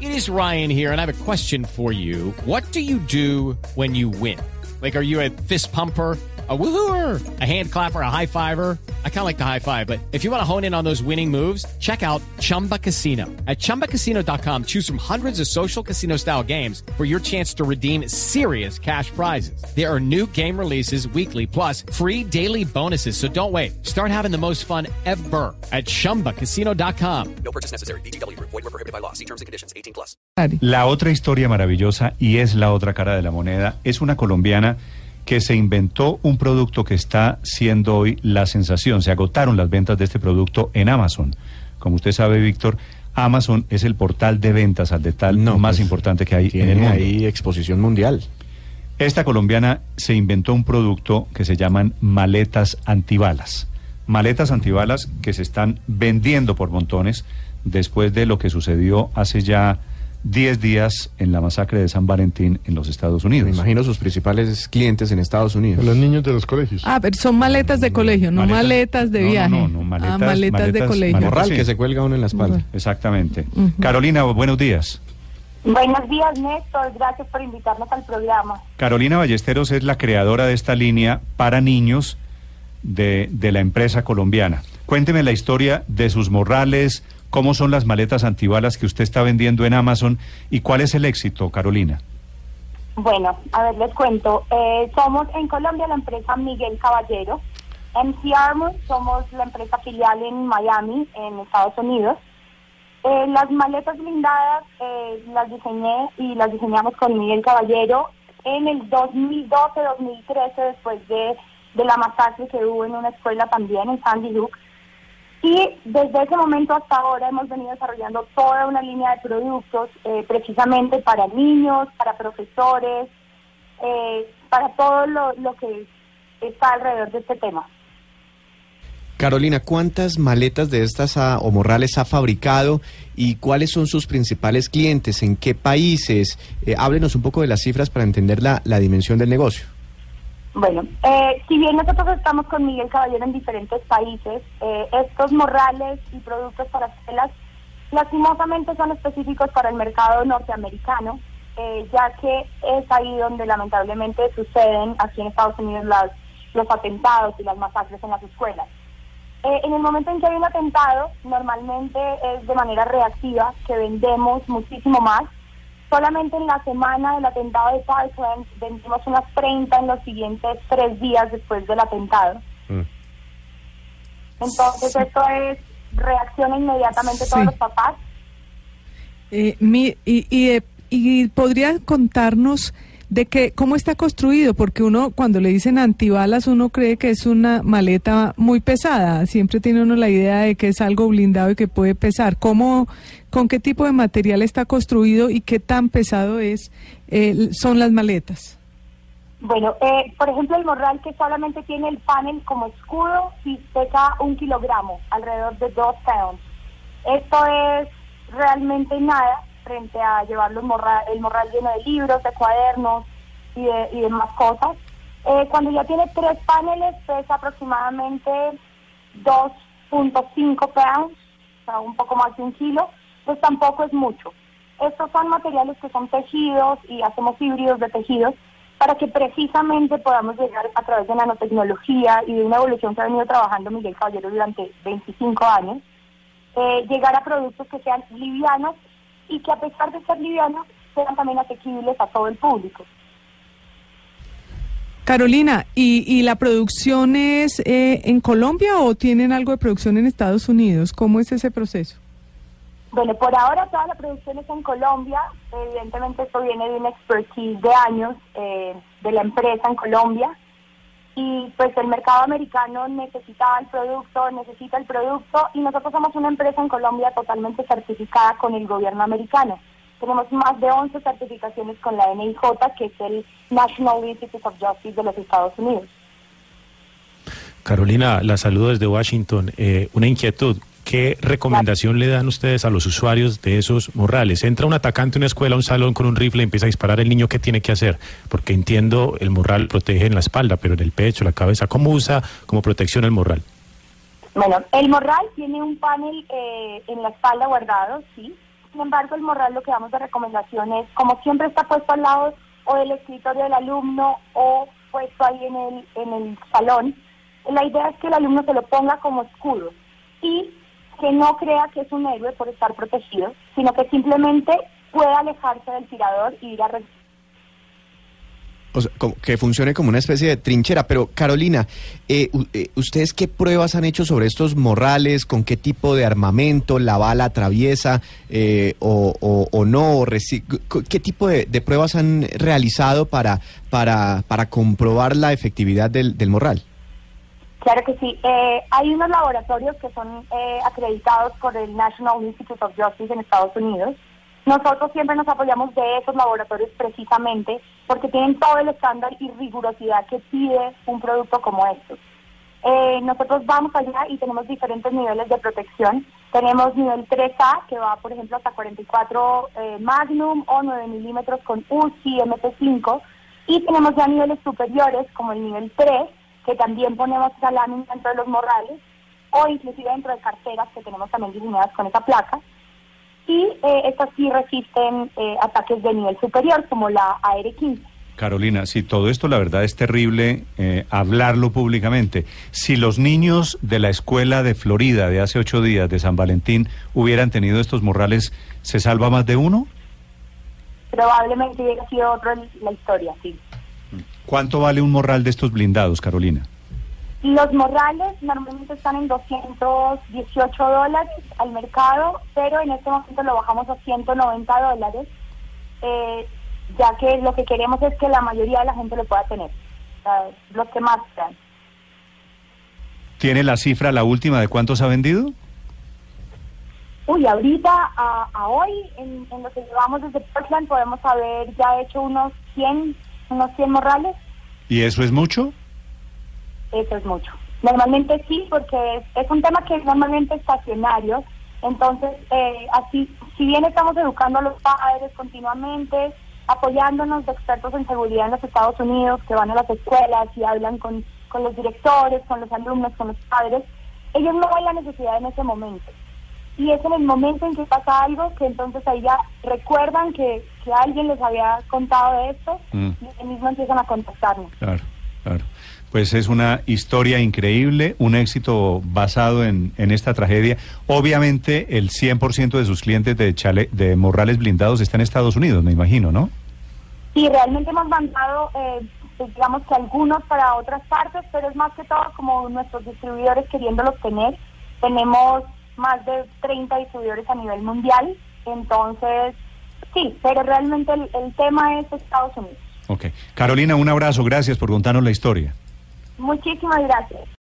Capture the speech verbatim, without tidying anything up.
It is Ryan here, and I have a question for you. What do you do when you win? Like, are you a fist pumper, a woo-hooer, a hand clapper, a high fiver? I kind of like the high five, but if you want to hone in on those winning moves, check out Chumba Casino. At chumba casino dot com, choose from hundreds of social casino-style games for your chance to redeem serious cash prizes. There are new game releases weekly, plus free daily bonuses. So don't wait. Start having the most fun ever at chumba casino dot com. No purchase necessary. V G W Group. Void where prohibited by law. See terms and conditions. eighteen plus. La otra historia maravillosa, y es la otra cara de la moneda, es una colombiana que se inventó un producto que está siendo hoy la sensación. Se agotaron las ventas de este producto en Amazon. Como usted sabe, Víctor, Amazon es el portal de ventas al detal no, más pues, importante que hay en el mundo. Hay exposición mundial. Esta colombiana se inventó un producto que se llaman maletas antibalas. Maletas antibalas que se están vendiendo por montones después de lo que sucedió hace ya diez días en la masacre de San Valentín en los Estados Unidos. Me imagino sus principales clientes en Estados Unidos. Los niños de los colegios. Ah, pero son maletas de colegio, no maletas, maletas de no, viaje. No, no, no, maletas, ah, maletas, maletas de colegio. Maletas, morral sí. que se cuelga uno en la espalda. Uh-huh. Exactamente. Uh-huh. Carolina, buenos días. Buenos días, Néstor. Gracias por invitarnos al programa. Carolina Ballesteros es la creadora de esta línea para niños de, de la empresa colombiana. Cuénteme la historia de sus morrales, cómo son las maletas antibalas que usted está vendiendo en Amazon y cuál es el éxito, Carolina. Bueno, a ver, les cuento. Eh, somos en Colombia la empresa Miguel Caballero. M C Armor, somos la empresa filial en Miami, en Estados Unidos. Eh, las maletas blindadas eh, las diseñé y las diseñamos con Miguel Caballero en el dos mil doce dos mil trece, después de, de la masacre que hubo en una escuela también en Sandy Hook. Y desde ese momento hasta ahora hemos venido desarrollando toda una línea de productos eh, precisamente para niños, para profesores, eh, para todo lo, lo que está alrededor de este tema. Carolina, ¿cuántas maletas de estas ha, o morrales ha fabricado y cuáles son sus principales clientes? ¿En qué países? Eh, háblenos un poco de las cifras para entender la, la dimensión del negocio. Bueno, eh, si bien nosotros estamos con Miguel Caballero en diferentes países, eh, estos morrales y productos para escuelas lastimosamente son específicos para el mercado norteamericano, eh, ya que es ahí donde lamentablemente suceden aquí en Estados Unidos las, los atentados y las masacres en las escuelas. Eh, en el momento en que hay un atentado, normalmente es de manera reactiva que vendemos muchísimo más. Solamente en la semana del atentado de Parkland vendimos unas treinta en los siguientes tres días después del atentado. Mm. Entonces esto es, reacciona inmediatamente sí. Todos los papás. Eh, mi, y, y, y podría contarnos de que cómo está construido, porque uno cuando le dicen antibalas uno cree que es una maleta muy pesada, siempre tiene uno la idea de que es algo blindado y que puede pesar. ¿Cómo, con qué tipo de material está construido y qué tan pesado es eh, son las maletas? Bueno, eh, por ejemplo el morral, que solamente tiene el panel como escudo, y pesa un kilogramo, alrededor de dos pounds. Esto es realmente nada frente a llevar los morral, el morral lleno de libros, de cuadernos y, de, y demás cosas. Eh, cuando ya tiene tres paneles pesa aproximadamente dos punto cinco pounds, o sea, un poco más de un kilo, pues tampoco es mucho. Estos son materiales que son tejidos y hacemos híbridos de tejidos para que precisamente podamos llegar a través de nanotecnología y de una evolución que ha venido trabajando Miguel Caballero durante veinticinco años, eh, llegar a productos que sean livianos y que a pesar de ser livianos sean también asequibles a todo el público. Carolina, ¿y, y la producción es eh, en Colombia o tienen algo de producción en Estados Unidos? ¿Cómo es ese proceso? Bueno, por ahora toda la producción es en Colombia. Evidentemente esto viene de una expertise de años eh, de la empresa en Colombia. Y pues el mercado americano necesitaba el producto, necesita el producto, y nosotros somos una empresa en Colombia totalmente certificada con el gobierno americano. Tenemos más de once certificaciones con la N I J, que es el National Institute of Justice de los Estados Unidos. Carolina, la saludo desde Washington. Eh, una inquietud. ¿Qué recomendación le dan ustedes a los usuarios de esos morrales? Entra un atacante a una escuela, a un salón con un rifle y empieza a disparar, ¿el niño qué tiene que hacer? Porque entiendo, el morral protege en la espalda, pero en el pecho, la cabeza, ¿cómo usa como protección el morral? Bueno, el morral tiene un panel eh, en la espalda guardado, sí, Sin embargo, el morral lo que damos de recomendación es, como siempre está puesto al lado o del escritorio del alumno o puesto ahí en el, en el salón, la idea es que el alumno se lo ponga como escudo y que no crea que es un héroe por estar protegido, sino que simplemente pueda alejarse del tirador y ir a... O sea, como que funcione como una especie de trinchera. Pero, Carolina, eh, eh, ¿ustedes qué pruebas han hecho sobre estos morrales? ¿Con qué tipo de armamento? ¿La bala atraviesa eh, o, o, o no? O ¿Qué tipo de, de pruebas han realizado para, para, para comprobar la efectividad del, del morral? Claro que sí. Eh, hay unos laboratorios que son eh, acreditados por el National Institute of Justice en Estados Unidos. Nosotros siempre nos apoyamos de esos laboratorios precisamente porque tienen todo el estándar y rigurosidad que pide un producto como estos. Eh, nosotros vamos allá y tenemos diferentes niveles de protección. Tenemos nivel tres A, que va, por ejemplo, hasta cuarenta y cuatro eh, Magnum o nueve milímetros con U Z I, M P cinco. Y tenemos ya niveles superiores, como el nivel tres, que también ponemos esa lámina dentro de los morrales, o inclusive dentro de carteras que tenemos también diseñadas con esa placa. Y eh, estas sí resisten eh, ataques de nivel superior, como la A R quince. Carolina, si todo esto la verdad es terrible eh, hablarlo públicamente. Si los niños de la escuela de Florida de hace ocho días, de San Valentín, hubieran tenido estos morrales, ¿se salva más de uno? Probablemente hubiera sido otra la historia, sí. ¿Cuánto vale un morral de estos blindados, Carolina? Los morrales normalmente están en doscientos dieciocho dólares al mercado, pero en este momento lo bajamos a ciento noventa dólares, eh, ya que lo que queremos es que la mayoría de la gente lo pueda tener, o sea, los que más sean. ¿Tiene la cifra, la última, de cuántos ha vendido? Uy, ahorita, a, a hoy, en, en lo que llevamos desde Portland, podemos haber ya hecho unos cien, unos cien morrales. ¿Y eso es mucho? Eso es mucho. Normalmente sí, porque es, es un tema que es normalmente estacionario. Entonces, eh, así, si bien estamos educando a los padres continuamente, apoyándonos de expertos en seguridad en los Estados Unidos, que van a las escuelas y hablan con, con los directores, con los alumnos, con los padres, ellos no ven la necesidad en ese momento. Y es en el momento en que pasa algo que entonces ahí ya recuerdan que, que alguien les había contado de esto mm. y ellos mismos empiezan a contactarnos. Claro, claro. Pues es una historia increíble, un éxito basado en, en esta tragedia. Obviamente el cien por ciento de sus clientes de chale, de morrales blindados está en Estados Unidos, me imagino, ¿no? Sí, realmente hemos mandado, eh, pues digamos que algunos para otras partes, pero es más que todo como nuestros distribuidores queriéndolos tener. Tenemos más de treinta distribuidores a nivel mundial, entonces sí, pero realmente el, el tema es Estados Unidos. Ok. Carolina, un abrazo, gracias por contarnos la historia. Muchísimas gracias.